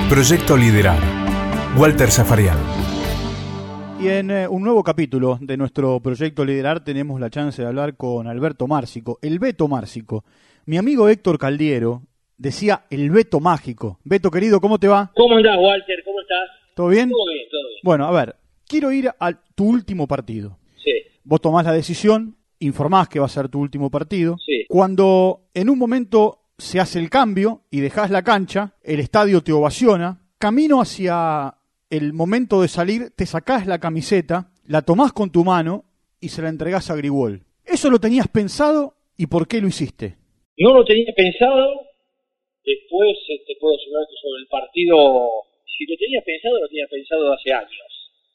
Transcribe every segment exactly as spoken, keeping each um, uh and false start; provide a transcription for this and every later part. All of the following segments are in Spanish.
Proyecto Liderar. Walter Zafarian. Y en eh, un nuevo capítulo de nuestro Proyecto Liderar tenemos la chance de hablar con Alberto Márcico, el Beto Márcico. Mi amigo Héctor Caldiero decía el Beto mágico. Beto, querido, ¿cómo te va? ¿Cómo andás, Walter? ¿Cómo estás? ¿Todo bien? Todo bien, todo bien. Bueno, a ver, quiero ir a tu último partido. Sí. Vos tomás la decisión, informás que va a ser tu último partido. Sí. Cuando en un momento se hace el cambio y dejás la cancha, el estadio te ovaciona, camino hacia el momento de salir, te sacás la camiseta, la tomás con tu mano y se la entregás a Grigol. ¿Eso lo tenías pensado y por qué lo hiciste? No lo tenía pensado. Después eh, te puedo asegurar que sobre el partido, si lo tenía pensado, lo tenía pensado hace años.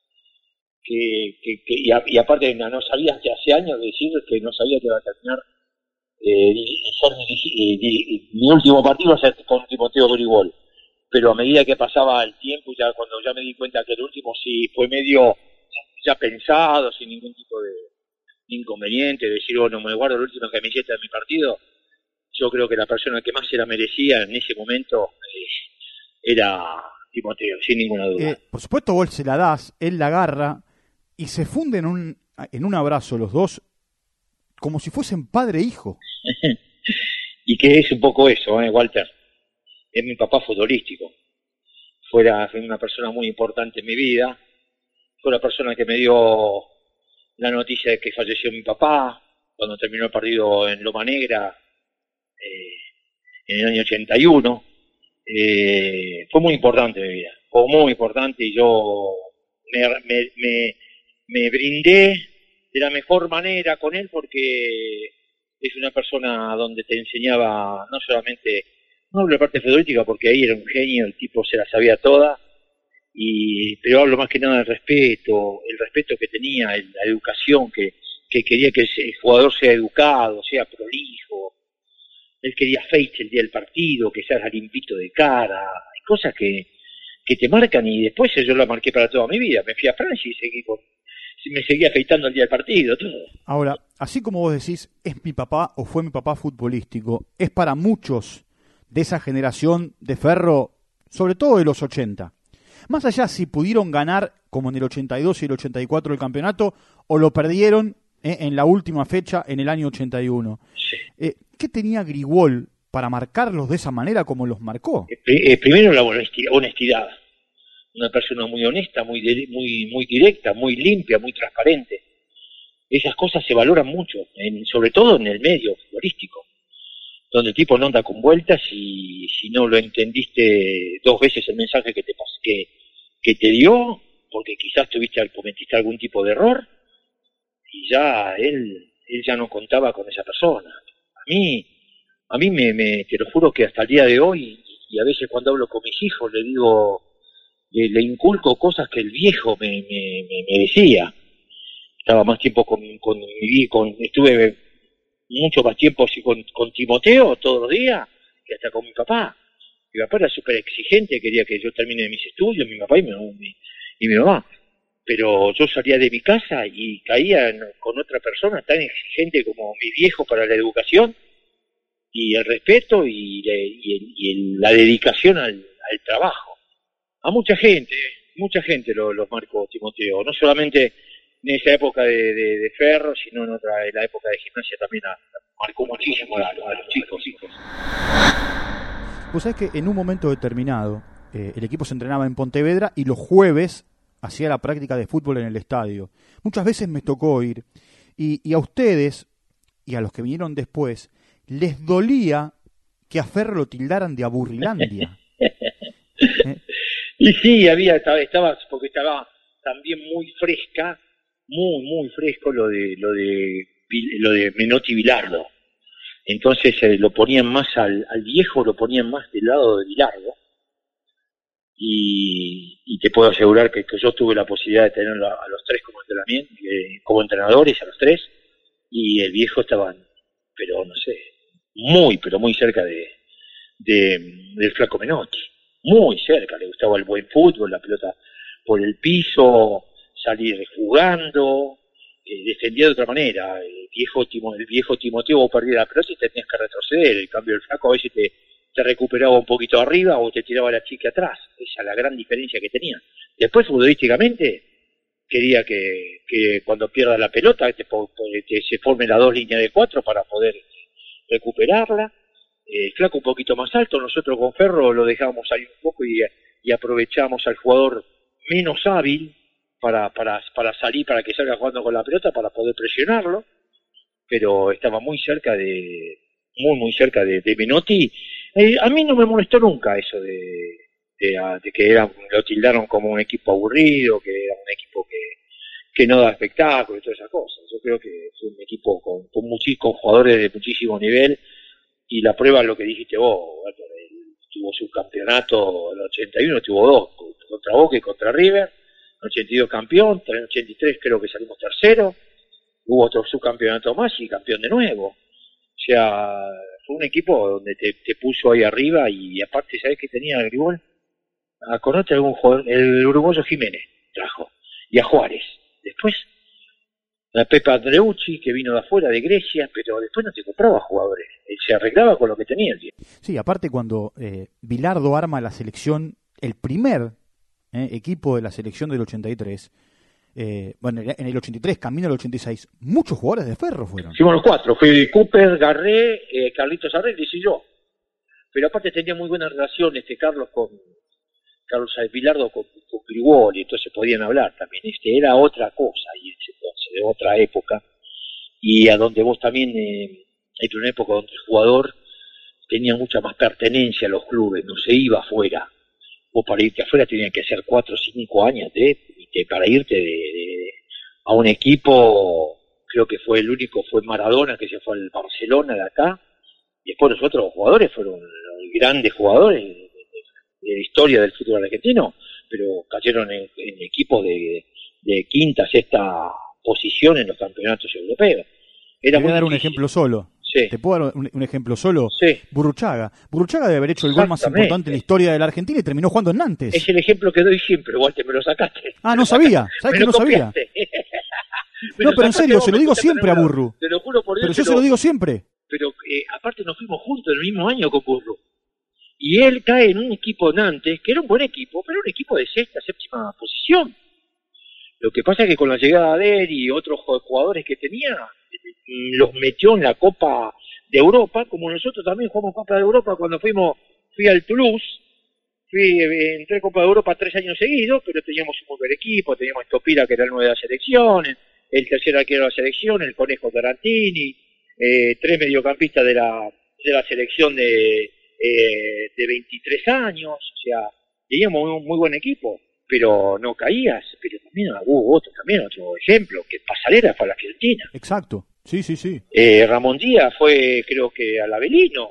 Que, que, que y, a, y aparte no, no sabías que hace años decir que no sabía que iba a terminar eh, y, y ser, y, y, y, mi último partido va a ser con Timoteo Grigol. Pero a medida que pasaba el tiempo, ya cuando ya me di cuenta que el último sí fue medio ya pensado, sin ningún tipo de inconveniente, decir, oh, no me guardo la última camiseta de mi partido, yo creo que la persona que más se la merecía en ese momento eh, era Timoteo, sin ninguna duda. Eh, por supuesto, vos se la das, él la agarra y se funden en un, en un abrazo los dos, como si fuesen padre e hijo. Y que es un poco eso, ¿eh, Walter? Es mi papá futbolístico. Fuera, fue una persona muy importante en mi vida. Fue la persona que me dio la noticia de que falleció mi papá cuando terminó el partido en Loma Negra eh, en el año ochenta y uno. Eh, fue muy importante en mi vida. Fue muy importante y yo me, me, me, me brindé de la mejor manera con él porque es una persona donde te enseñaba no solamente... No hablo de parte futbolística porque ahí era un genio, el tipo se la sabía toda, y pero hablo más que nada del respeto, el respeto que tenía, el, la educación, que, que quería que el, el jugador sea educado, sea prolijo. Él quería face el día del partido, que sea limpito de cara, hay cosas que, que te marcan y después yo la marqué para toda mi vida. Me fui a Francia y seguí con, me seguía afeitando el día del partido, todo. Ahora, así como vos decís, es mi papá o fue mi papá futbolístico, es para muchos de esa generación de Ferro, sobre todo de los ochenta. Más allá si pudieron ganar, como en el ochenta y dos y el ochenta y cuatro el campeonato, o lo perdieron eh, en la última fecha en el año ochenta y uno. Sí. Eh, ¿Qué tenía Grigol para marcarlos de esa manera como los marcó? Eh, eh, primero la honestidad. Una persona muy honesta, muy, muy, muy directa, muy limpia, muy transparente. Esas cosas se valoran mucho, en, sobre todo en el medio futbolístico, donde el tipo no anda con vueltas y si no lo entendiste dos veces el mensaje que te que, que te dio, porque quizás tuviste cometiste algún tipo de error, y ya él, él ya no contaba con esa persona. A mí, a mí me, me te lo juro que hasta el día de hoy, y a veces cuando hablo con mis hijos, le digo, le, le inculco cosas que el viejo me, me, me, me decía. Estaba más tiempo con, con mi con, estuve mucho más tiempo así con, con Timoteo todos los días que hasta con mi papá. Mi papá era súper exigente, quería que yo termine mis estudios, mi papá y mi, mi, y mi mamá. Pero yo salía de mi casa y caía en, con otra persona tan exigente como mi viejo para la educación y el respeto y, le, y, el, y el, la dedicación al, al trabajo. A mucha gente, mucha gente lo, lo marcó Timoteo, no solamente en esa época de, de, de Ferro, sino en otra, en la época de Gimnasia también a, marcó muchísimo a, a los chicos, chicos. Vos sabés que en un momento determinado eh, el equipo se entrenaba en Pontevedra y los jueves hacía la práctica de fútbol en el estadio. Muchas veces me tocó ir y, y a ustedes y a los que vinieron después les dolía que a Ferro lo tildaran de aburrilandia. ¿Eh? Y sí, había estaba, estaba porque estaba también muy fresca, muy muy fresco lo de lo de lo de Menotti Bilardo. Entonces eh, lo ponían más al, al viejo, lo ponían más del lado de Bilardo. Y, y te puedo asegurar que, que yo tuve la posibilidad de tenerlo a, a los tres como entrenamiento, eh, como entrenadores, a los tres, y el viejo estaban, pero no sé, muy, pero muy cerca de, de del flaco Menotti. Muy cerca, le gustaba el buen fútbol, la pelota por el piso, salir jugando, eh, defendía de otra manera. El viejo, Timo, el viejo Timoteo, vos perdías la pelota y tenías que retroceder. En cambio, el flaco a veces te, te recuperaba un poquito arriba o te tiraba la chica atrás. Esa es la gran diferencia que tenía. Después, futbolísticamente, quería que, que cuando pierda la pelota te, te, se formen las dos líneas de cuatro para poder recuperarla. Eh, Flaco un poquito más alto, nosotros con Ferro lo dejábamos salir un poco y, y aprovechábamos al jugador menos hábil para, para, para salir, para que salga jugando con la pelota, para poder presionarlo, pero estaba muy cerca de, muy muy cerca de, de Menotti. Eh, a mí no me molestó nunca eso de, de, de que era, lo tildaron como un equipo aburrido, que era un equipo que, que no da espectáculo y todas esas cosas. Yo creo que fue un equipo con, con, muchis, con jugadores de muchísimo nivel. Y la prueba es lo que dijiste vos, bueno, tuvo su campeonato en el ochenta y uno, tuvo dos, contra Boca y contra River, en el ochenta y dos campeón, en el ochenta y tres creo que salimos tercero, hubo otro subcampeonato más y campeón de nuevo. O sea, fue un equipo donde te, te puso ahí arriba y aparte, ¿sabés qué tenía el Gribol? Acordate algún jugador, el uruguayo Jiménez trajo, y a Juárez. Después, a Pepe Andreucci, que vino de afuera, de Grecia, pero después no te compraba jugadores. Él se arreglaba con lo que tenía el tiempo. Sí, aparte cuando eh, Bilardo arma la selección, el primer eh, equipo de la selección del ochenta y tres, eh, bueno, en el ochenta y tres, camino al ochenta y seis, muchos jugadores de Ferro fueron. Fuimos los cuatro, fue Cooper, Garré, eh, Carlitos Arreglis y yo. Pero aparte tenía muy buena relación este Carlos con Carlos Bilardo con, con Gribol, y entonces podían hablar también. Este era otra cosa, y entonces, de otra época, y a donde vos también, eh, hay una época donde el jugador tenía mucha más pertenencia a los clubes, no se iba afuera. Vos para irte afuera tenías que hacer cuatro o cinco años de, de, para irte de, de, a un equipo. Creo que fue el único, fue Maradona, que se fue al Barcelona de acá, y después los otros jugadores fueron grandes jugadores de, de, de la historia del fútbol argentino, pero cayeron en, en equipos de, de quinta, sexta posición en los campeonatos europeos. Era Te voy a dar un ejemplo solo. Sí. ¿Te puedo dar un, un ejemplo solo? Sí. Burruchaga. Burruchaga debe haber hecho el gol más importante en la historia de la Argentina y terminó jugando en Nantes. Es el ejemplo que doy siempre, Walter, me lo sacaste. Ah, no sabía. ¿Sabes que no sabía? No, pero en serio, se lo digo siempre a Burru. Te lo juro por Dios. Pero yo se lo digo siempre. Pero eh, aparte nos fuimos juntos en el mismo año con Burru. Y él cae en un equipo Nantes, que era un buen equipo, pero un equipo de sexta, séptima posición. Lo que pasa es que con la llegada de él y otros jugadores que tenía, los metió en la Copa de Europa, como nosotros también jugamos Copa de Europa cuando fuimos, fui al Toulouse, fui, entré en Copa de Europa tres años seguidos, pero teníamos un buen equipo, teníamos Estopira, que era el nueve de la selección, el tercer arquero de la selección, el Conejo Tarantini, eh, tres mediocampistas de la, de la selección de, eh, de veintitrés años, o sea, teníamos un muy buen equipo, pero no caías, pero también hubo otro, también otro ejemplo, que Pasarela fue a la Argentina. Exacto, sí, sí, sí. Eh, Ramón Díaz fue, creo que al Avelino.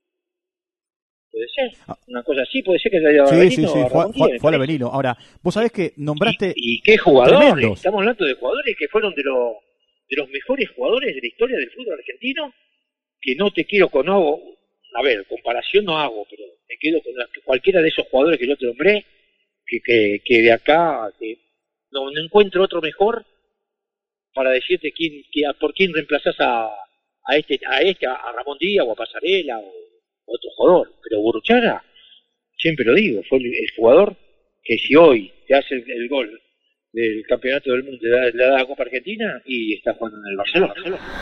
Puede ser, ah. una cosa así, puede ser que haya ido sí, al Avelino. Sí, sí, fue, fue, fue al Avelino. Ahora, vos sabés que nombraste... ¿Y, y qué jugadores? Tremendos. Estamos hablando de jugadores que fueron de, lo, de los mejores jugadores de la historia del fútbol argentino, que no te quiero con... No, a ver, comparación no hago, pero me quedo con la, cualquiera de esos jugadores que yo te nombré, que, que, que de acá que no, no encuentro otro mejor para decirte quién, que, por quién reemplazás a, a este, a este, a Ramón Díaz o a Pasarela o otro jugador. Pero Burruchaga, siempre lo digo, fue el, el jugador que si hoy te hace el, el gol del campeonato del mundo, le da, le da la Copa Argentina y está jugando en el Barcelona.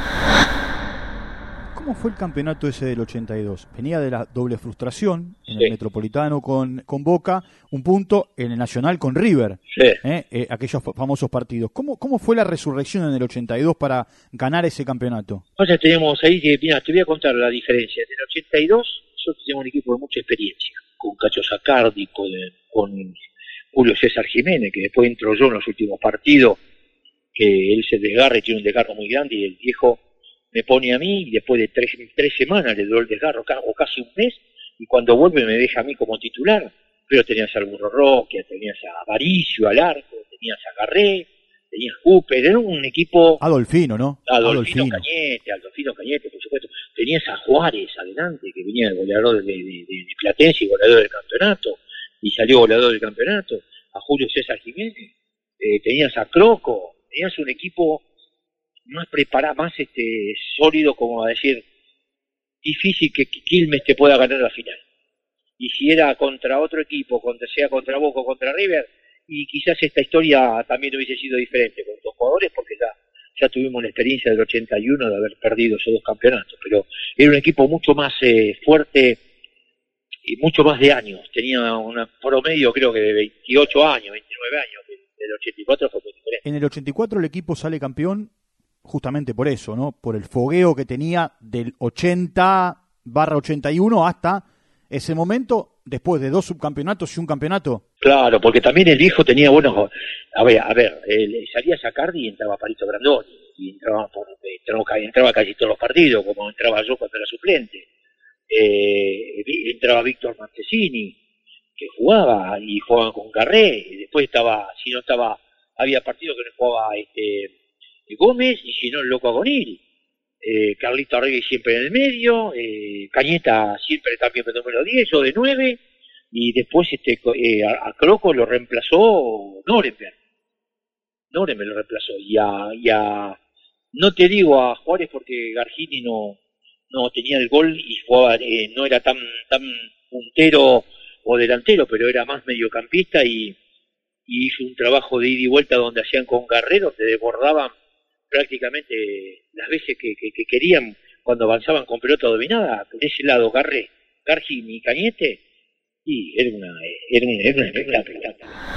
¿Cómo fue el campeonato ese del ochenta y dos? Venía de la doble frustración en sí. el Metropolitano con, con Boca, un punto en el Nacional con River, sí. eh, eh, aquellos famosos partidos. ¿Cómo, ¿Cómo fue la resurrección en el ochenta y dos para ganar ese campeonato? O sea, teníamos ahí, que, mira, te voy a contar la diferencia. En el ochenta y dos nosotros teníamos un equipo de mucha experiencia, con Cacho Sacardi, con, con Julio César Jiménez, que después entró yo en los últimos partidos, que él se desgarre, tiene un desgarro muy grande y el viejo me pone a mí y después de tres, tres semanas le doy el desgarro, o casi un mes, y cuando vuelve me deja a mí como titular. Pero tenías al Burro Roque, tenías a Varicio al arco, tenías a Garré, tenías Cooper, era un equipo... Adolfino, ¿no? Adolfino, Adolfino. Cañete, Adolfino Cañete, por supuesto. Tenías a Juárez adelante, que venía el goleador de, de, de, de Platense y goleador del campeonato, y salió goleador del campeonato, a Julio César Jiménez, eh, tenías a Croco, tenías un equipo más preparado, más este sólido, como a decir, difícil que Quilmes te pueda ganar la final. Y si era contra otro equipo, contra, sea contra Boca o contra River, y quizás esta historia también hubiese sido diferente con dos jugadores, porque ya, ya tuvimos la experiencia del ochenta y uno de haber perdido esos dos campeonatos, pero era un equipo mucho más eh, fuerte y mucho más de años, tenía un promedio creo que de veintiocho años, veintinueve años, del ochenta y cuatro fue muy diferente. En el ochenta y cuatro el equipo sale campeón justamente por eso, ¿no? Por el fogueo que tenía del ochenta barra ochenta y uno hasta ese momento, después de dos subcampeonatos y un campeonato. Claro, porque también el viejo tenía buenos... A ver, a ver, eh, salía Sacardi y entraba Parito Grandoni, y entraba, por, entraba, entraba casi todos los partidos, como entraba yo cuando era suplente. Eh, entraba Víctor Martesini, que jugaba, y jugaba con Carré, y después estaba, si no estaba, había partidos que no jugaba este Gómez, y si no el Loco Agonil. Eh, Carlito Arregui siempre en el medio, eh, Cañeta siempre también de número diez o de nueve, y después este eh, a, a Croco lo reemplazó Norenberg. Norenberg lo reemplazó, y a, y a no te digo a Juárez porque Gargini no, no tenía el gol y jugaba, eh, no era tan, tan puntero o delantero, pero era más mediocampista y, y hizo un trabajo de ida y vuelta donde hacían con Guerrero, te desbordaban prácticamente las veces que, que, que querían cuando avanzaban con pelota dominada. Por ese lado, Garré, Gargini y Cañete, y era una, era una, era una espectáculo.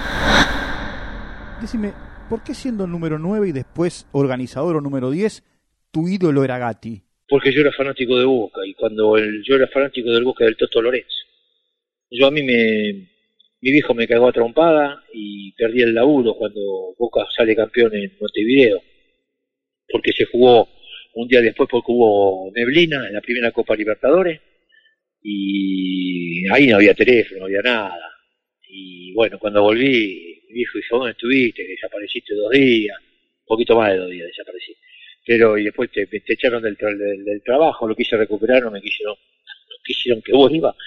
Decime, ¿por qué siendo el número nueve y después organizador o número diez, tu ídolo era Gatti? Porque yo era fanático de Boca, y cuando el, yo era fanático del Boca del Toto Lorenzo. Yo a mí me, mi viejo me cagó a trompada y perdí el laburo cuando Boca sale campeón en Montevideo, porque se jugó un día después porque hubo neblina en la primera Copa Libertadores, y ahí no había teléfono, no había nada. Y bueno, cuando volví, mi viejo dijo, ¿dónde estuviste? Que desapareciste dos días, un poquito más de dos días desaparecí. Pero, y después te, te echaron del, del, del trabajo, lo quise recuperar, no me quisieron, no quisieron que vuelva,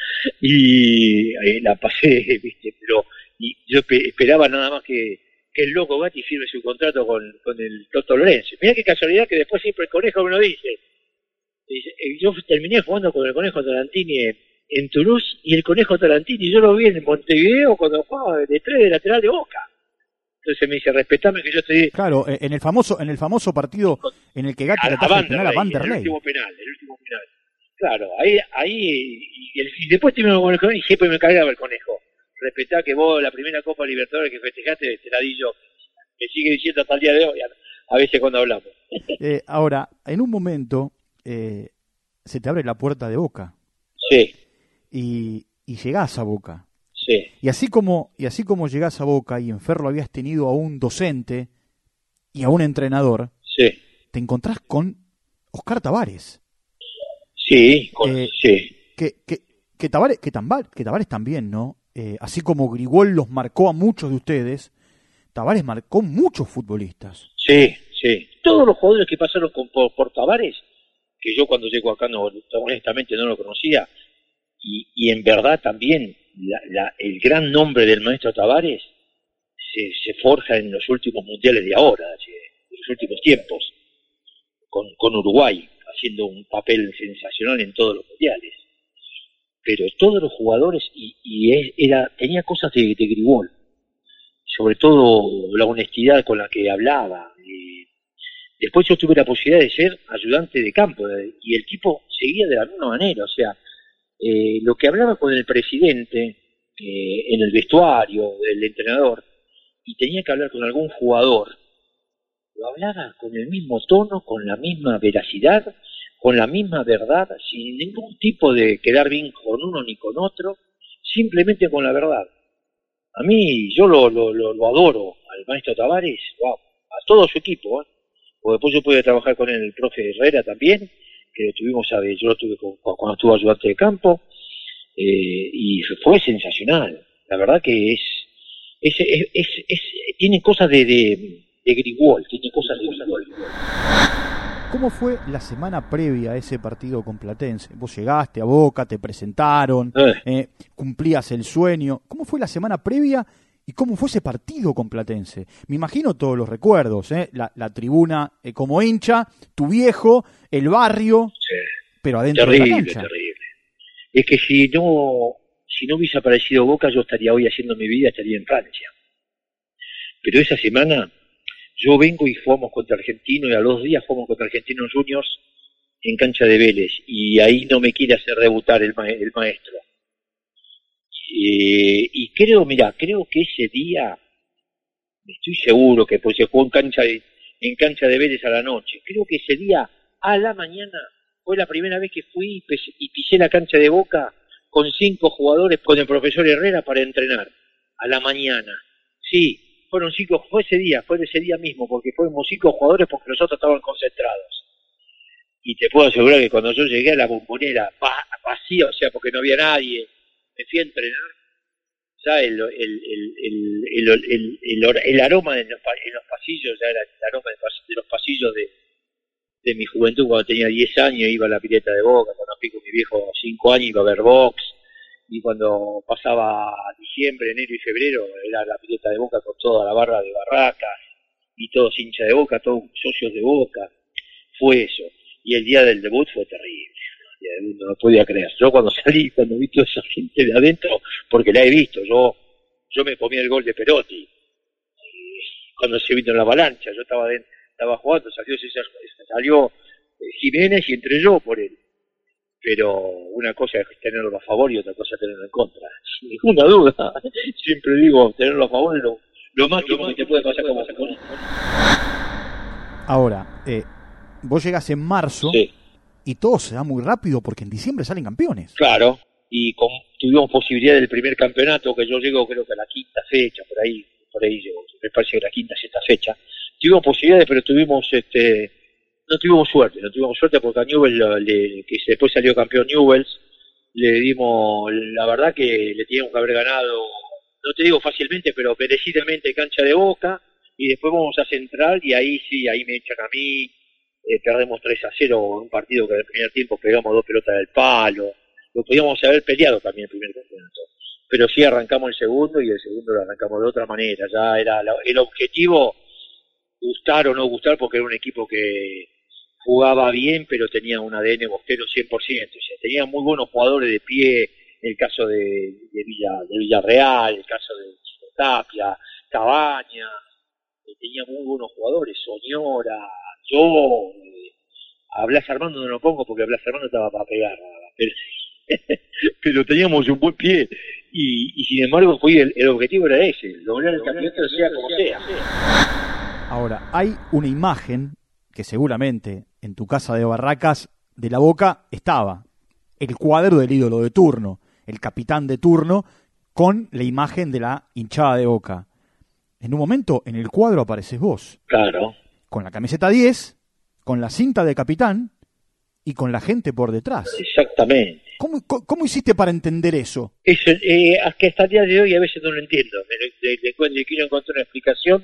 y ahí la pasé, viste, pero y yo pe- esperaba nada más que, que el loco Gatti firme su contrato con, con el Toto Lorenzo. Mirá qué casualidad que después siempre el Conejo me lo dice. Dice, yo terminé jugando con el Conejo Tarantini en, en Toulouse, y el Conejo Tarantini yo lo vi en Montevideo cuando jugaba de tres de lateral de Boca. Entonces me dice, respetame que yo estoy... Claro, en el famoso en el famoso partido en el que Gatti a, le a ataja el penal a Vanderlei, Vanderlei. el último penal, el último penal. Claro, ahí, ahí y, el, y después terminó con el Conejo y siempre me cargaba el Conejo. Respetá que vos la primera Copa Libertadores que festejaste te la di yo. Me sigue diciendo hasta el día de hoy, a, a veces cuando hablamos. Eh, ahora, en un momento eh, se te abre la puerta de Boca. Sí. Y, y llegás a Boca. Sí. Y así como y así como llegás a Boca y en Ferro habías tenido a un docente y a un entrenador, sí, te encontrás con Oscar Tavares. Sí, con, eh, sí. Que, que, que, Tavares, que, Tamba, que Tavares también, ¿no? Eh, así como Grigol los marcó a muchos de ustedes, Tavares marcó muchos futbolistas. Sí, sí. Todos los jugadores que pasaron con, por, por Tavares, que yo cuando llego acá no, honestamente no lo conocía, y, y en verdad también la, la, el gran nombre del maestro Tavares se, se forja en los últimos mundiales de ahora, en los últimos tiempos, con, con Uruguay, haciendo un papel sensacional en todos los mundiales. Pero todos los jugadores, y, y era tenía cosas de, de Grigol, sobre todo la honestidad con la que hablaba. Eh, después yo tuve la posibilidad de ser ayudante de campo, de, y el tipo seguía de la misma manera, o sea, eh, lo que hablaba con el presidente eh, en el vestuario, el entrenador, y tenía que hablar con algún jugador, lo hablaba con el mismo tono, con la misma veracidad, con la misma verdad, sin ningún tipo de quedar bien con uno ni con otro, simplemente con la verdad. A mí, yo lo, lo, lo, lo adoro, al maestro Tavares, wow, a todo su equipo, ¿eh? Porque después yo pude trabajar con el profe Herrera también, que lo tuvimos, ¿sabe? Yo lo tuve con, cuando estuvo ayudante de campo, eh, y fue sensacional. La verdad que es, es, es, es, es tiene cosas de, de, de Grigol, tiene cosas de Grigol. ¿Cómo fue la semana previa a ese partido con Platense? Vos llegaste a Boca, te presentaron, eh. Eh, cumplías el sueño. ¿Cómo fue la semana previa y cómo fue ese partido con Platense? Me imagino todos los recuerdos, eh, la, la tribuna eh, como hincha, tu viejo, el barrio. Sí. pero adentro terrible, de la cancha. Terrible. Es que si no, si no hubiese aparecido Boca, yo estaría hoy haciendo mi vida, estaría en Francia. Pero esa semana yo vengo y jugamos contra Argentino, y a los dos días jugamos contra Argentinos Juniors en cancha de Vélez, y ahí no me quiere hacer debutar el, ma el maestro. Eh, y creo, mira, creo que ese día, estoy seguro que pues se jugó en cancha de, en cancha de Vélez a la noche, creo que ese día a la mañana fue la primera vez que fui y, pis y pisé la cancha de Boca con cinco jugadores, con el profesor Herrera para entrenar, a la mañana. Sí, fueron cinco, fue ese día, fue ese día mismo, porque fuimos cinco jugadores porque los otros estaban concentrados. Y te puedo asegurar que cuando yo llegué a la Bombonera vacía, o sea, porque no había nadie, me fui a entrenar, ya el, el, el, el, el, el, el, el aroma en los, en los pasillos, ya era el aroma de los pasillos de, de mi juventud. Cuando tenía diez años iba a la pileta de Boca, cuando fui con mi viejo cinco años iba a ver box, y cuando pasaba diciembre, enero y febrero era la pileta de Boca con toda la barra de Barracas, y todos hinchas de Boca, todos socios de Boca. Fue eso. Y el día del debut fue terrible. No lo podía creer. Yo cuando salí, cuando vi toda esa gente de adentro, porque la he visto, yo yo me comí el gol de Perotti. Cuando se vino la avalancha, yo estaba dentro, estaba jugando, salió salió Jiménez y entré yo por él. Pero una cosa es tenerlo a favor y otra cosa es tenerlo en contra. Sin ninguna duda. Siempre digo, tenerlo a favor es lo, lo máximo que te puede pasar como futbolista. Ahora, eh, vos llegas en marzo. Sí. Y todo se da muy rápido porque en diciembre salen campeones. Claro, y con, tuvimos posibilidad del primer campeonato, que yo llego creo que a la quinta fecha, por ahí, por ahí llego, me parece que la quinta, sexta fecha. Tuvimos posibilidades, pero tuvimos, este, no tuvimos suerte, no tuvimos suerte porque a Newell's, le, que después salió campeón Newell's, le dimos, la verdad que le teníamos que haber ganado, no te digo fácilmente, pero merecidamente cancha de Boca, y después vamos a Central, y ahí sí, ahí me echan a mí. Eh, perdemos tres a cero en un partido que en el primer tiempo pegamos dos pelotas del palo. Lo podíamos haber peleado también el primer campeonato. Pero sí arrancamos el segundo y el segundo lo arrancamos de otra manera. Ya era la, el objetivo, gustar o no gustar, porque era un equipo que jugaba bien, pero tenía un A D N bostero cien por ciento. O sea, tenía muy buenos jugadores de pie, el caso de, de, Villa, de Villarreal, el caso de Chico Tapia, Cabaña, eh, tenía muy buenos jugadores, Soñora. Yo eh, a Blas Armando no lo pongo porque Blas Armando estaba para pegar, pero, pero teníamos un buen pie y, y sin embargo fue el, el objetivo era ese, lograr el campeonato sea como sea. Ahora, hay una imagen que seguramente en tu casa de Barracas de la Boca estaba, el cuadro del ídolo de turno, el capitán de turno con la imagen de la hinchada de Boca. En un momento en el cuadro apareces vos. Claro. Con la camiseta diez, con la cinta de capitán y con la gente por detrás. Exactamente. ¿Cómo, cómo, cómo hiciste para entender eso? Eso eh, hasta el día de hoy a veces no lo entiendo. Me, le, le, le quiero encontrar una explicación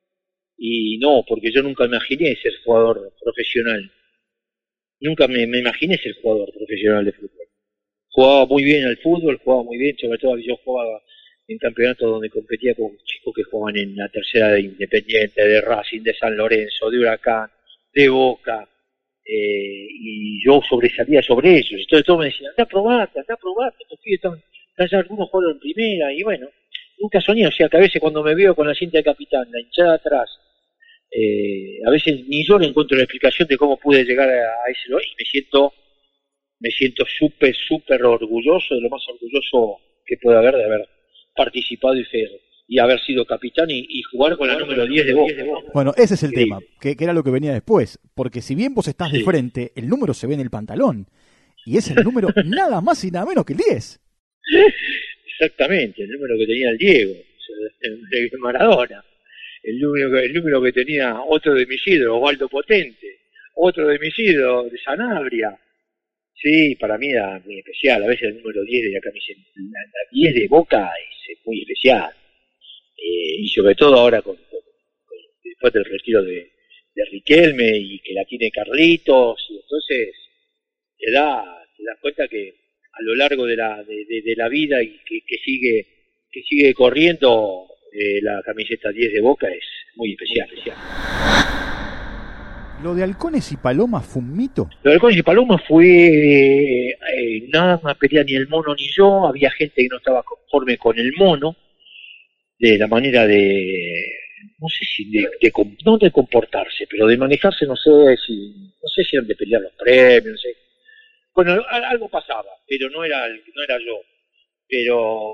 y no, porque yo nunca me imaginé ser jugador profesional. Nunca me, me imaginé ser jugador profesional de fútbol. Jugaba muy bien al fútbol, jugaba muy bien, sobre todo yo jugaba en campeonatos donde competía con chicos que juegan en la tercera de Independiente, de Racing, de San Lorenzo, de Huracán, de Boca, eh, y yo sobresalía sobre ellos. Entonces todos me decían, anda a probarte, anda a probarte, estos pibes están, están algunos jugadores en primera, y bueno, nunca soñé, o sea que a veces cuando me veo con la cinta de capitán, la hinchada atrás, eh, a veces ni yo le encuentro la explicación de cómo pude llegar a, a ese lugar, y me siento, me siento súper, súper orgulloso, de lo más orgulloso que puede haber de haber participado y, fer, y haber sido capitán y, y jugar con la número diez de Boca. Bueno, ese es el sí. tema, que, que era lo que venía después, porque si bien vos estás sí. de frente, el número se ve en el pantalón, y es el número nada más y nada menos que el diez. Exactamente, el número que tenía el Diego, el de Maradona, el número, que, el número que tenía otro de mis ídolos, Osvaldo Potente, otro de mis ídolos, de Sanabria. Sí, para mí era muy especial. A veces el número diez de la camiseta, la, la diez de Boca es muy especial. Eh, y sobre todo ahora con, con, con después del retiro de, de Riquelme y que la tiene Carlitos, y entonces te da, te das cuenta que a lo largo de la de, de, de la vida y que, que sigue que sigue corriendo eh, la camiseta diez de Boca es muy especial, especial. ¿Lo de Halcones y Palomas fue un mito? Lo de Halcones y Palomas fue eh, nada más pelea ni el mono ni yo, había gente que no estaba conforme con el mono, de la manera de, no sé si, de, de, no de comportarse, pero de manejarse, no sé si, no sé si eran de pelear los premios, no sé. Bueno, algo pasaba, pero no era, no era yo. Pero,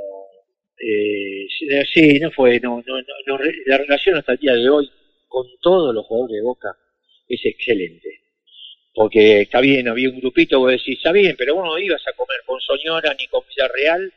eh, sí, no fue, no, no, no, la relación hasta el día de hoy con todos los jugadores de Boca es excelente, porque está bien, había un grupito, vos decís, está bien, pero vos no ibas a comer con Soñora, ni con Villarreal,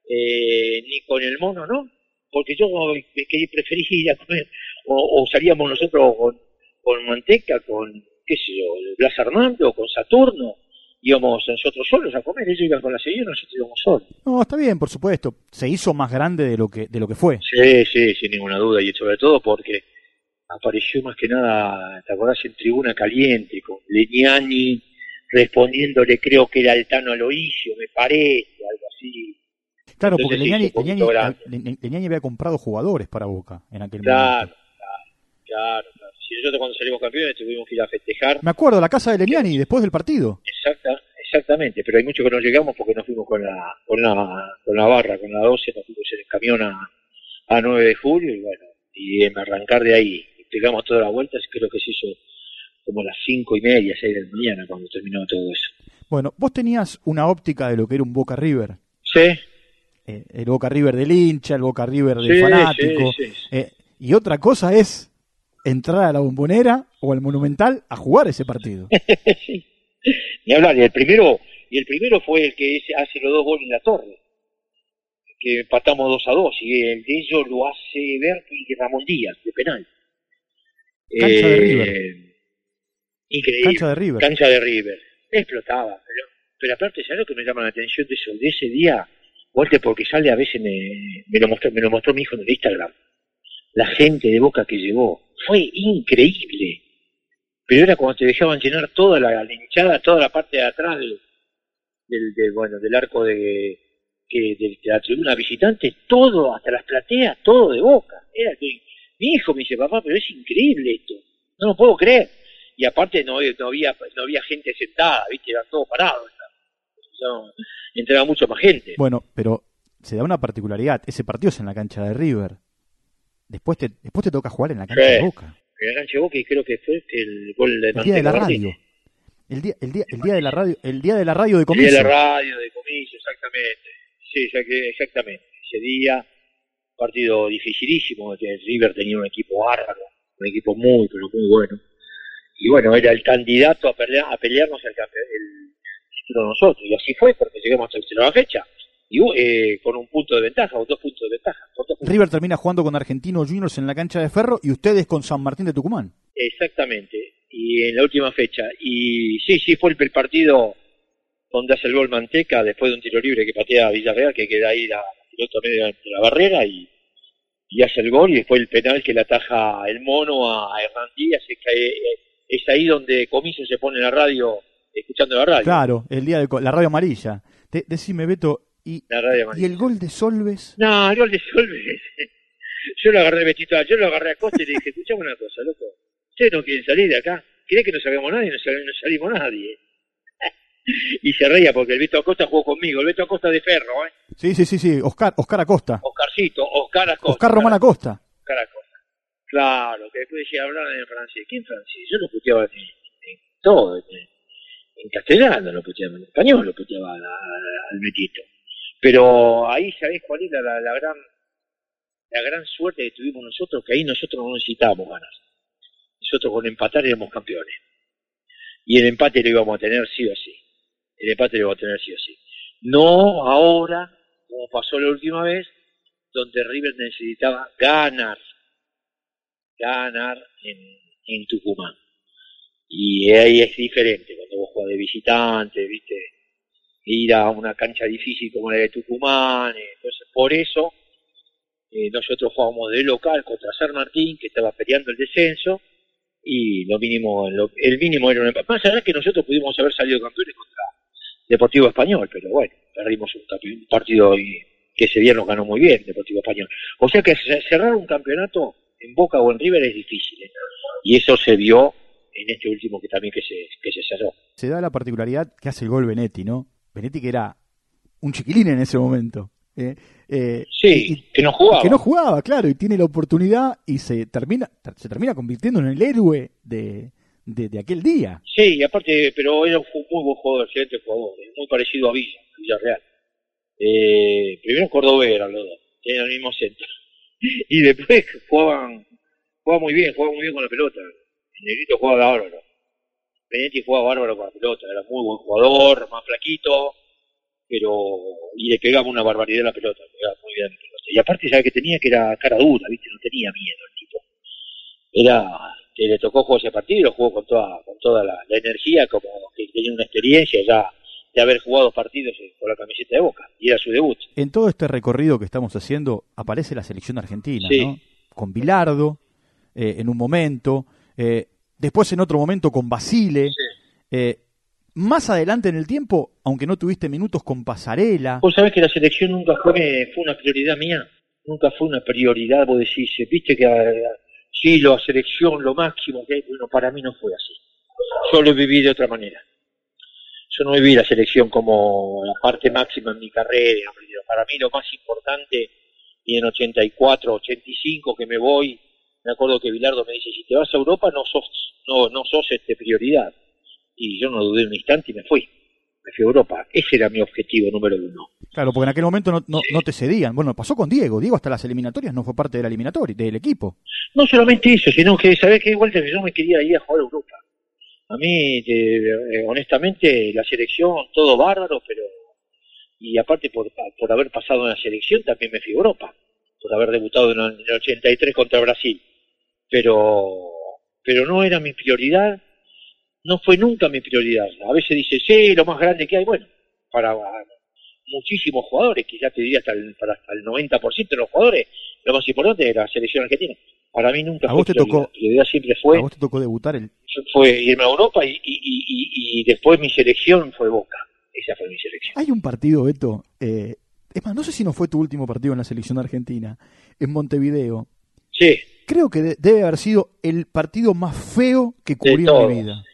eh, ni con el mono, ¿no? Porque yo que preferí ir a comer, o, o salíamos nosotros con, con Manteca, con, qué sé yo, Blas Armando, con Saturno, íbamos nosotros solos a comer, ellos iban con la señora, nosotros íbamos solos. No, está bien, por supuesto, se hizo más grande de lo que, de lo que fue. Sí, sí, sin ninguna duda, y sobre todo porque apareció más que nada, ¿te acordás? En Tribuna Caliente, con Legnani respondiéndole, creo que era Altano Aloisio, me parece, algo así. Claro, entonces, porque Legnani, Legnani, Legnani había comprado jugadores para Boca en aquel claro, momento. Claro, claro, claro. Si nosotros cuando salimos campeones tuvimos que ir a festejar. Me acuerdo, la casa de Legnani, después del partido. Exacta, exactamente, pero hay mucho que no llegamos porque nos fuimos con la, con la, con la barra, con la doce, nos fuimos en el camión a, a nueve de julio y bueno, y en arrancar de ahí. Pegamos toda la vuelta, creo que se hizo como a las cinco y media, seis de la mañana cuando terminó todo eso. Bueno, vos tenías una óptica de lo que era un Boca River. Sí. Eh, el Boca River del hincha, el Boca River del sí, fanático. Sí, sí. Eh, y otra cosa es entrar a la Bombonera o al Monumental a jugar ese partido. Sí. Ni hablar, y el primero, y el primero fue el que hace los dos goles en la Torre, que empatamos dos a dos, y el de ellos lo hace Berti y Ramón Díaz, de penal. Cancha eh, de River. Increíble. Cancha de River. Cancha de River. Explotaba. Pero, pero aparte, ¿sabes lo que me llama la atención de eso? De ese día, Walter, porque sale a veces, me, me, lo mostró, me lo mostró mi hijo en el Instagram. La gente de Boca que llegó. Fue increíble. Pero era cuando te dejaban llenar toda la, la hinchada, toda la parte de atrás del, del, del bueno, del arco de, que, de, de la tribuna visitante, todo, hasta las plateas, todo de Boca. Era que mi hijo me dice, papá, pero es increíble esto, no lo puedo creer. Y aparte no, no había no había gente sentada, viste, eran todos parados. No, entraba mucho más gente. Bueno, pero se da una particularidad, ese partido es en la cancha de River. Después te, después te toca jugar en la cancha sí, de Boca. En la cancha de Boca y creo que fue el gol de el día de la radio. El día, el día, el día de la radio, el día de la radio de Comiso. El día de la radio de Comiso, exactamente. Sí, exactamente. Ese día, partido dificilísimo, que River tenía un equipo bárbaro, un equipo muy, pero muy bueno. Y bueno, era el candidato a, pelear, a pelearnos el, el título nosotros. Y así fue, porque llegamos hasta la tercera fecha. Y eh, con un punto de ventaja, o dos puntos de ventaja. Puntos. River termina jugando con Argentino Juniors en la cancha de Ferro y ustedes con San Martín de Tucumán. Exactamente. Y en la última fecha. Y sí, sí, fue el, el partido donde hace el gol Manteca, después de un tiro libre que patea a Villarreal, que queda ahí la pelota medio de la barrera, y, y hace el gol, y después el penal que le ataja el mono a Hernán Díaz, es, que, es ahí donde Comiso se pone en la radio, escuchando la radio. Claro, el día de la radio amarilla. De, decime, Beto, y, ¿y el gol de Solves? No, el gol de Solves, yo lo agarré vestido, yo lo agarré a Costa y le dije, escuchame una cosa, loco, ustedes no quieren salir de acá, ¿creen que no sabemos nadie? No, sal, no salimos nadie. Y se reía porque el Beto Acosta jugó conmigo, el Beto Acosta de Ferro, ¿eh? Sí, sí, sí, sí, Oscar, Oscar Acosta. Oscarcito, Oscar Acosta. Oscar Román Acosta. Oscar Acosta. Claro, que después decía hablar en francés. ¿Quién francés? Yo lo puteaba en, en todo, en, en castellano lo puteaba, en español lo puteaba al Betito. Pero ahí, ¿sabés cuál es la, la, la gran la gran suerte que tuvimos nosotros? Que ahí nosotros no necesitábamos ganas. Nosotros con empatar éramos campeones. Y el empate lo íbamos a tener sí o sí. El empate lo íbamos a tener sí o sí. No ahora, como pasó la última vez, donde River necesitaba ganar. Ganar en, en Tucumán. Y ahí es diferente, cuando vos jugás de visitante, viste, ir a una cancha difícil como la de Tucumán. Entonces, por eso, eh, nosotros jugábamos de local contra San Martín, que estaba peleando el descenso, y lo mínimo, lo, el mínimo era un empate. Más allá que nosotros pudimos haber salido campeones contra Deportivo Español, pero bueno, perdimos un, un partido y, que ese día nos ganó muy bien, Deportivo Español. O sea que cerrar un campeonato en Boca o en River es difícil, ¿eh? Y eso se vio en este último que también que se, que se cerró. Se da la particularidad que hace el gol Benetti, ¿no? Benetti que era un chiquilín en ese momento. Eh, eh, sí, y, que no jugaba. Que no jugaba, claro, y tiene la oportunidad y se termina se termina convirtiendo en el héroe de, de, de aquel día. Sí, y aparte, pero era un muy buen jugador, excelente jugador, muy parecido a Villa, Villarreal. Eh, primero cordobés eran los dos, tenían el mismo centro. Y después jugaban, jugaban muy bien, jugaban muy bien con la pelota. El Negrito jugaba bárbaro. Benetti jugaba bárbaro con la pelota, era muy buen jugador, más flaquito, pero y le pegaba una barbaridad a la pelota, le pegaba muy bien a la pelota. Y aparte sabe que tenía que era cara dura, viste, no tenía miedo el tipo. Era que le tocó jugar ese partido y lo jugó con toda, con toda la, la energía, como que tenía una experiencia ya de haber jugado partidos con la camiseta de Boca, y era su debut. En todo este recorrido que estamos haciendo aparece la selección argentina, sí. ¿no? Con Bilardo, eh, en un momento, eh, después en otro momento con Basile, sí. eh, más adelante en el tiempo, aunque no tuviste minutos, con Pasarela. Vos sabés que la selección nunca fue, fue una prioridad mía, nunca fue una prioridad, vos decís, viste que a, a, sí, la selección, lo máximo que hay, bueno, para mí no fue así. Yo lo viví de otra manera. Yo no viví la selección como la parte máxima en mi carrera. Para mí lo más importante, y en ochenta y cuatro, ochenta y cinco que me voy, me acuerdo que Bilardo me dice, si te vas a Europa no sos, no, no sos este prioridad. Y yo no dudé un instante y me fui. Me fui a Europa. Ese era mi objetivo número uno. Claro, porque en aquel momento no, no, sí. no te cedían. Bueno, pasó con Diego. Diego hasta las eliminatorias no fue parte de la eliminatoria, del equipo. No solamente eso, sino que, ¿sabés qué? Igual yo me quería ir a jugar a Europa. A mí, eh, honestamente, la selección, todo bárbaro, pero... Y aparte, por, por haber pasado en la selección, también me fui a Europa. Por haber debutado en el ochenta y tres contra Brasil. Pero... Pero no era mi prioridad. No fue nunca mi prioridad. A veces dice, sí, lo más grande que hay. Bueno, para muchísimos jugadores, quizás te diría hasta el, para hasta el noventa por ciento de los jugadores, lo más importante es la selección argentina. Para mí nunca ¿A fue vos te prioridad. tocó, prioridad siempre fue... ¿A vos te tocó debutar? El... Fue irme a Europa y, y, y, y, y después mi selección fue Boca. Esa fue mi selección. Hay un partido, Beto, eh, es más, no sé si no fue tu último partido en la selección argentina, en Montevideo. Sí. Creo que de, debe haber sido el partido más feo que cubrí en mi vida.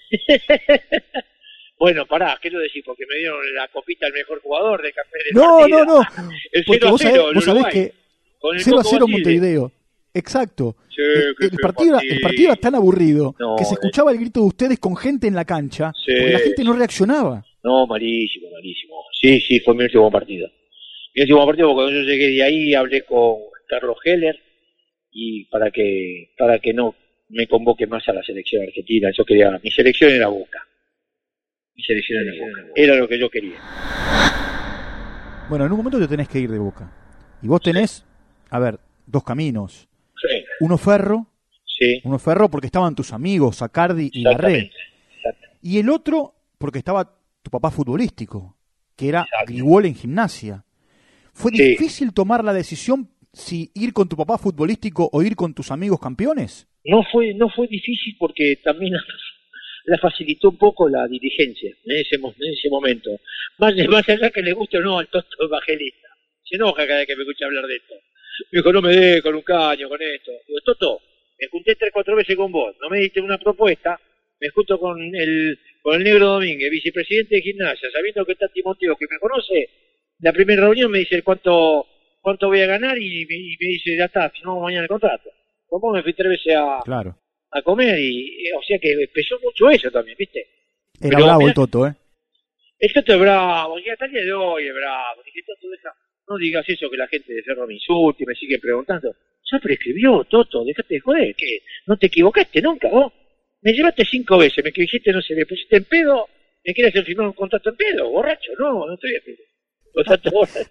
Bueno, pará, quiero decir, porque me dieron la copita al mejor jugador de café de No, partida. no, no. El Porque cero a vos sabés, cero, vos sabés que cero a cero Montevideo. Exacto. Sí, el, el, partido era, el partido era tan aburrido no, que se escuchaba el grito de ustedes con gente en la cancha, sí, porque la gente no reaccionaba. No, malísimo, malísimo. Sí, sí, fue mi último partido. Mi último partido, porque cuando yo llegué de ahí hablé con Carlos Heller y para que para que no me convoque más a la selección argentina. Yo quería, mi selección era Boca. Mi selección era Boca. Era lo que yo quería. Bueno, en un momento te tenés que ir de Boca. Y vos tenés, a ver, dos caminos. Sí. Uno Ferro, sí. uno Ferro porque estaban tus amigos, Sacardi y Garré. Y el otro porque estaba tu papá futbolístico, que era Grigol en Gimnasia. ¿Fue sí. difícil tomar la decisión si ir con tu papá futbolístico o ir con tus amigos campeones? No fue, no fue difícil porque también la facilitó un poco la dirigencia en ese, en ese momento. Más, más allá que le guste o no al Toto Evangelista. Se enoja cada vez que me escucha hablar de esto. Me dijo, no me dé con un caño, con esto. Digo, Toto, me junté tres, cuatro veces con vos, no me diste una propuesta, me junto con el, con el Negro Domínguez, vicepresidente de Gimnasia, sabiendo que está Timoteo, que me conoce, la primera reunión me dice cuánto cuánto voy a ganar y, y me dice, ya está, firmamos mañana el contrato. Con vos me fui tres veces a, claro. a comer y, o sea que pesó mucho eso también, ¿viste? Era Pero, bravo mirá, el Toto, ¿eh? El Toto es bravo, y hasta el día de hoy es bravo. Dije, Toto, deja, no digas eso que la gente de Ferro me insulte y me sigue preguntando. Ya prescribió, Toto, dejate de joder, que no te equivocaste nunca, vos. Me llevaste cinco veces, me dijiste, no sé, me pusiste en pedo, me quieres hacer firmar un contrato en pedo, borracho, no, no estoy en pedo. Contrato borracho.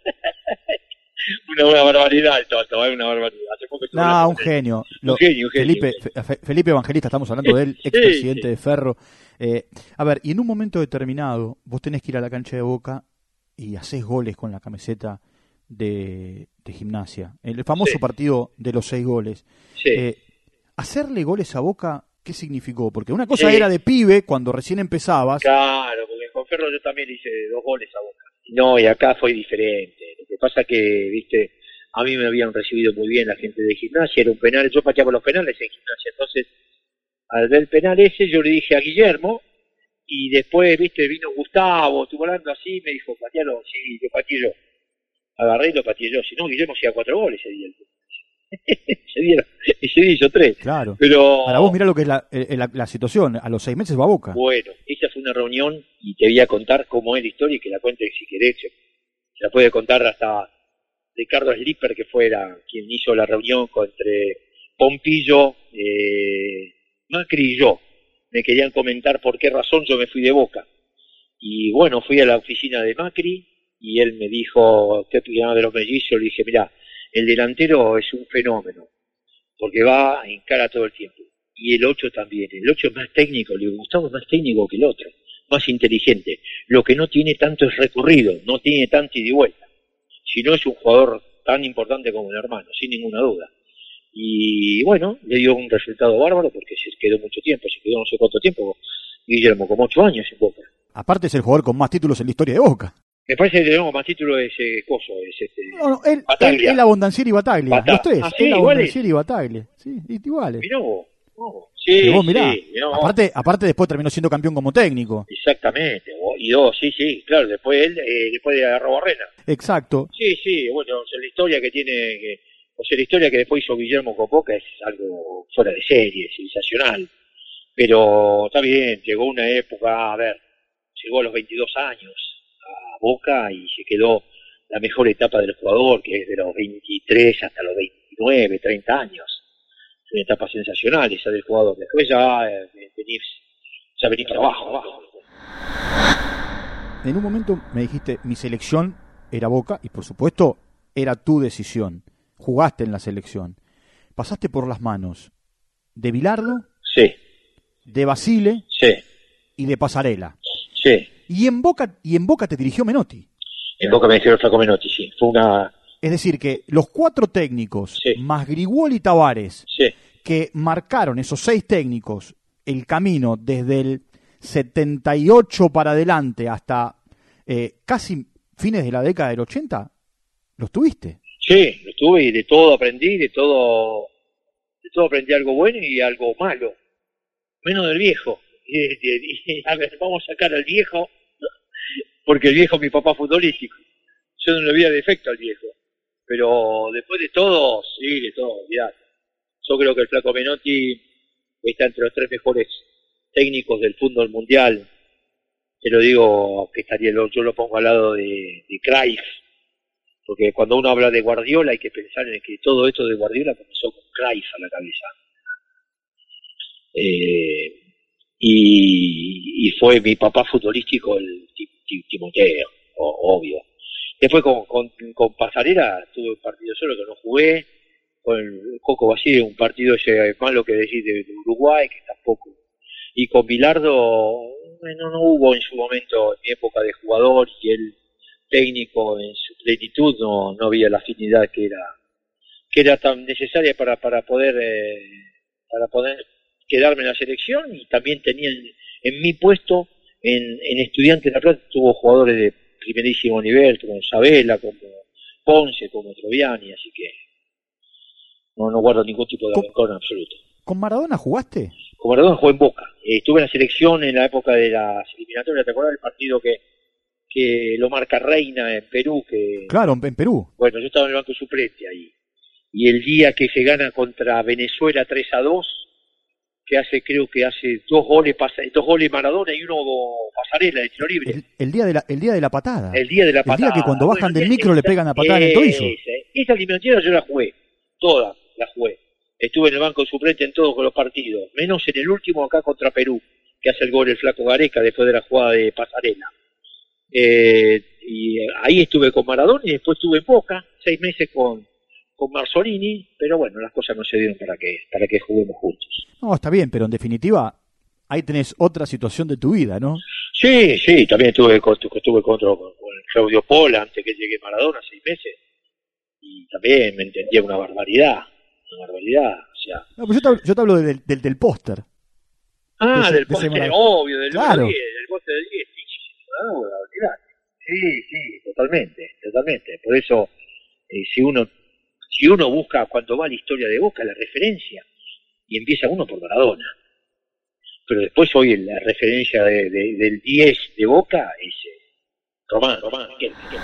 Una, una barbaridad el Toto, es una barbaridad. Hace poco no, un genio. Lo, un genio, un genio. Felipe, Fe, Felipe Evangelista, estamos hablando de él, expresidente sí, sí. de Ferro. Eh, a ver, y en un momento determinado, vos tenés que ir a la cancha de Boca y hacés goles con la camiseta de, de Gimnasia. El famoso sí. partido de los seis goles. Sí. Eh, hacerle goles a Boca, ¿qué significó? Porque una cosa sí. era de pibe, cuando recién empezabas. Claro, porque con Ferro yo también hice dos goles a Boca. No, y acá fue diferente. Lo que pasa que, viste, a mí me habían recibido muy bien la gente de Gimnasia, era un penal, yo pateaba los penales en Gimnasia, entonces al ver el penal ese, yo le dije a Guillermo, y después, viste, vino Gustavo, estuvo hablando así, me dijo, patealo, sí, lo pateé yo. Agarré y lo pateé yo, si no, Guillermo hacía cuatro goles ese día. ese, día ese día hizo tres. Claro. Pero, para vos mirá lo que es la, la, la situación, a los seis meses va a Boca. Bueno, esa fue una reunión, y te voy a contar cómo es la historia, y que la cuente si querés, se la puede contar hasta Ricardo Slipper, que fue la, quien hizo la reunión con, entre Pompillo, eh, Macri y yo. Me querían comentar por qué razón yo me fui de Boca. Y bueno, fui a la oficina de Macri y él me dijo, ¿qué opinaba de los mellizos? Le dije, mirá, el delantero es un fenómeno, porque va en cara todo el tiempo. Y el ocho también. El ocho es más técnico, le Gustavo es más técnico que el otro, más inteligente. Lo que no tiene tanto es recorrido, no tiene tanto ida y vuelta. Si no es un jugador tan importante como el hermano, sin ninguna duda. Y bueno, le dio un resultado bárbaro porque se quedó mucho tiempo, se quedó no sé cuánto tiempo, Guillermo, como ocho años en Boca. Aparte es el jugador con más títulos en la historia de Boca. Me parece que tenemos más títulos de ese coso, es este... No, no, él, él, él Abondancieri y Bataglia, Bata. Los tres, ah, ¿sí? él Abondancieri y Bataglia, sí, iguales. Mirá vos, oh, sí, pero vos mirá, sí, mirá vos. Aparte, aparte después terminó siendo campeón como técnico. Exactamente, y dos, sí, sí, claro, después él, eh, después de Arrobarrena. Exacto. Sí, sí, bueno, o sea, la historia que tiene... Que, o sea, la historia que después hizo Guillermo con Boca es algo fuera de serie, sensacional. Pero está bien, llegó una época, a ver, llegó a los veintidós años a Boca y se quedó la mejor etapa del jugador, que es de los veintitrés hasta los veintinueve, treinta años. Es una etapa sensacional esa del jugador. Después ya eh, venís, ya venís para abajo, abajo. En un momento me dijiste, mi selección era Boca y por supuesto era tu decisión. Jugaste en la selección. Pasaste por las manos de Bilardo, sí, de Basile, sí, y de Pasarela. Sí. Y en Boca, y en Boca te dirigió Menotti. En Boca me dirigió el Flaco Menotti, sí. Fue una... Es decir, que los cuatro técnicos, sí, más Grigol y Tavares, sí, que marcaron esos seis técnicos el camino desde el setenta y ocho para adelante hasta eh, casi fines de la década del ochenta, ¿los tuviste? Sí, lo tuve y de todo aprendí, de todo, de todo aprendí algo bueno y algo malo, menos del viejo. Y, y, y, a ver, vamos a sacar al viejo, porque el viejo es mi papá futbolístico. Yo no le veía defecto al viejo, pero después de todo, sí, de todo, olvidate. Yo creo que el Flaco Menotti está entre los tres mejores técnicos del fútbol mundial. Te lo digo, que estaría, yo lo pongo al lado de, de Cruyff. Porque cuando uno habla de Guardiola hay que pensar en que todo esto de Guardiola comenzó con Cruyff a la cabeza. Eh, y, y fue mi papá futbolístico el Timoteo, obvio. Después con, con, con Pasarela tuve un partido solo que no jugué, con el Coco Basile un partido ese malo que decís de, de Uruguay, que tampoco. Y con Bilardo, bueno, no hubo en su momento, en mi época de jugador, y él técnico en su plenitud no, no había la afinidad que era que era tan necesaria para para poder eh, para poder quedarme en la selección. Y también tenía en, en mi puesto en, en Estudiantes de La Plata tuvo jugadores de primerísimo nivel como Sabela, como Ponce, como Troviani, así que no no guardo ningún tipo de rencor en absoluto. ¿Con Maradona jugaste? Con Maradona jugué en Boca, eh, estuve en la selección en la época de las eliminatorias. ¿Te acuerdas del partido que que lo marca Reina en Perú? Que claro, en Perú. Bueno, yo estaba en el banco suplente ahí. Y el día que se gana contra Venezuela tres a dos, que hace, creo que hace dos goles dos goles Maradona y uno Pasarela de tiro libre. El, el, día de la, el día de la patada. El día de la patada. El día que cuando bajan bueno, del micro esa, le pegan la patada en el tobillo. Esa eliminatoria yo la jugué, toda la jugué. Estuve en el banco suplente en todos los partidos, menos en el último acá contra Perú, que hace el gol el Flaco Gareca después de la jugada de Pasarela. Eh, y ahí estuve con Maradona y después estuve en Boca, seis meses con, con Marzolini, pero bueno, las cosas no se dieron para que, para que juguemos juntos. No, está bien, pero en definitiva, ahí tenés otra situación de tu vida, ¿no? Sí, sí, también estuve con, estuve con, otro, con, con Claudio Pola antes que llegue Maradona, seis meses, y también me entendía una barbaridad, una barbaridad, o sea... No, pues yo te hablo, yo te hablo del, del, del póster. Ah, de ese, del póster, de obvio, del claro. diez, del póster del diez. Sí, sí, totalmente, totalmente. Por eso, eh, si uno si uno busca, cuando va a la historia de Boca, la referencia, y empieza uno por Maradona. pero después hoy la referencia de, de, del diez de Boca es eh, Román, Román, ¿quién, quién?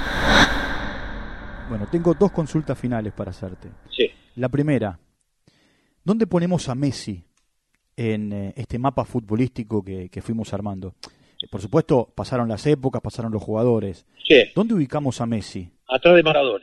Bueno, tengo dos consultas finales para hacerte. Sí. La primera, ¿dónde ponemos a Messi en eh, este mapa futbolístico que, que fuimos armando? Eh, por supuesto, pasaron las épocas, pasaron los jugadores. Sí. ¿Dónde ubicamos a Messi? Atrás de Maradona.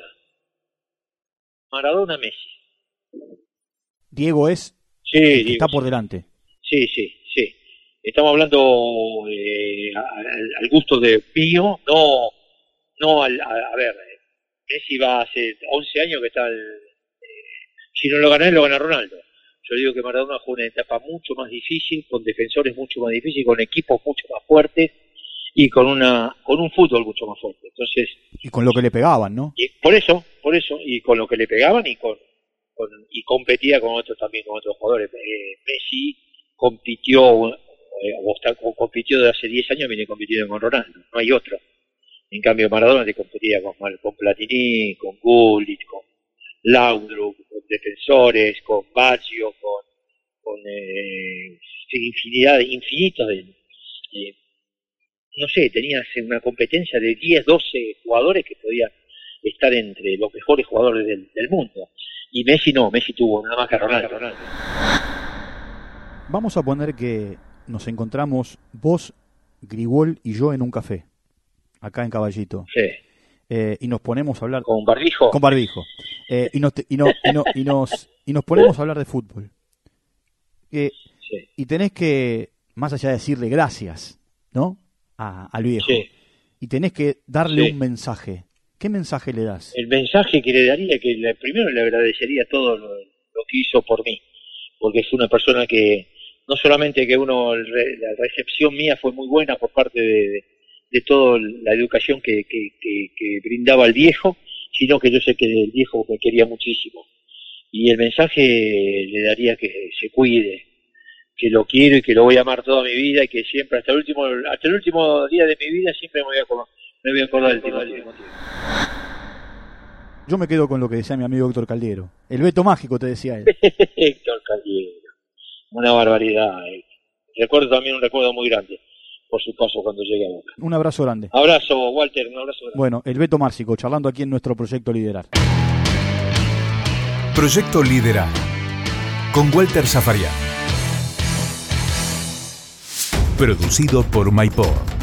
Maradona, Messi. Diego es sí, el que Diego, está por sí. delante. Sí, sí, sí. Estamos hablando eh, al, al gusto de mío, no, no al, a, a ver, Messi va hace once años que está, el, eh, si no lo gana él, lo gana Ronaldo. Yo digo que Maradona jugó una etapa mucho más difícil, con defensores mucho más difíciles, con equipos mucho más fuertes y con una con un fútbol mucho más fuerte. Entonces, y con lo que le pegaban, ¿no? Y por eso, por eso, y con lo que le pegaban y con, con y competía con otros también, con otros jugadores. Eh, Messi compitió, eh, o, está, o compitió de hace diez años, viene compitiendo con Ronaldo, no hay otro. En cambio Maradona te competía con, con Platini, con Gullit, con Laudrup, con defensores, con Baggio, con, con eh, infinidad, infinitos de, de, no sé, tenías una competencia de diez, doce jugadores que podían estar entre los mejores jugadores del, del mundo. Y Messi no, Messi tuvo nada más que Ronaldo. Ronaldo. Vamos a poner que nos encontramos vos, Grigol y yo en un café, acá en Caballito. Sí. Eh, y nos ponemos a hablar... ¿Con barbijo? Con barbijo. Eh, y, nos, y, no, y, no, y, nos, y nos ponemos a hablar de fútbol. Eh, sí. Y tenés que, más allá de decirle gracias, ¿no? A, al viejo. Sí. Y tenés que darle sí. un mensaje. ¿Qué mensaje le das? El mensaje que le daría, que le, primero le agradecería todo lo, lo que hizo por mí. Porque es una persona que, no solamente que uno, la recepción mía fue muy buena por parte de... de de toda la educación que, que, que, que brindaba el viejo, sino que yo sé que el viejo me quería muchísimo. Y el mensaje le daría que se cuide, que lo quiero y que lo voy a amar toda mi vida y que siempre, hasta el último hasta el último día de mi vida, siempre me voy a acordar, me voy a acordar del tema. Del tema. Yo me quedo con lo que decía mi amigo Héctor Caldiero. El Beto mágico, te decía él. Héctor Caldiero. Una barbaridad. Eh. Recuerdo también un recuerdo muy grande por su paso cuando llegué a Boca. Un abrazo grande. Abrazo, Walter, un abrazo grande. Bueno, el Beto Márcico, charlando aquí en nuestro Proyecto Liderar. Proyecto Liderar, con Walter Zafarian. Producido por MyPod.